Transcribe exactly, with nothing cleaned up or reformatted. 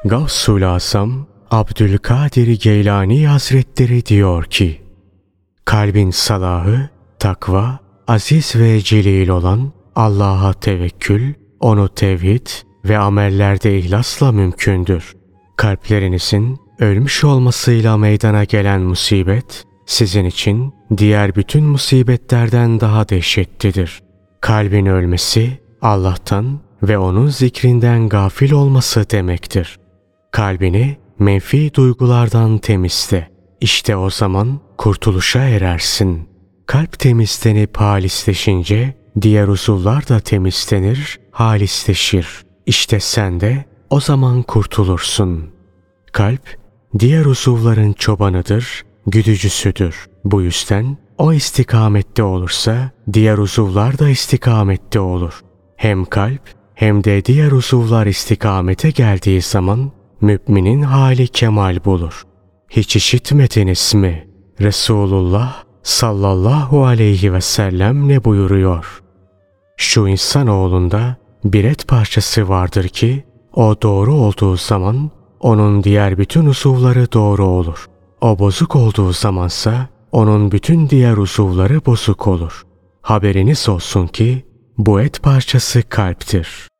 Gavsul Asam Abdülkadir Geylani Hazretleri diyor ki, kalbin salahı, takva, aziz ve celil olan Allah'a tevekkül, onu tevhid ve amellerde ihlasla mümkündür. Kalplerinizin ölmüş olmasıyla meydana gelen musibet, sizin için diğer bütün musibetlerden daha dehşetlidir. Kalbin ölmesi, Allah'tan ve onun zikrinden gafil olması demektir. Kalbini menfi duygulardan temizle. İşte o zaman kurtuluşa erersin. Kalp temizlenip halisleşince diğer uzuvlar da temizlenir, halisleşir. İşte sen de o zaman kurtulursun. Kalp diğer uzuvların çobanıdır, güdücüsüdür. Bu yüzden o istikamette olursa diğer uzuvlar da istikamette olur. Hem kalp hem de diğer uzuvlar istikamete geldiği zaman müminin hali kemal bulur. Hiç işitmediniz mi? Resulullah sallallahu aleyhi ve sellem ne buyuruyor? Şu insanoğlunda bir et parçası vardır ki o doğru olduğu zaman onun diğer bütün uzuvları doğru olur. O bozuk olduğu zamansa onun bütün diğer uzuvları bozuk olur. Haberiniz olsun ki bu et parçası kalptir.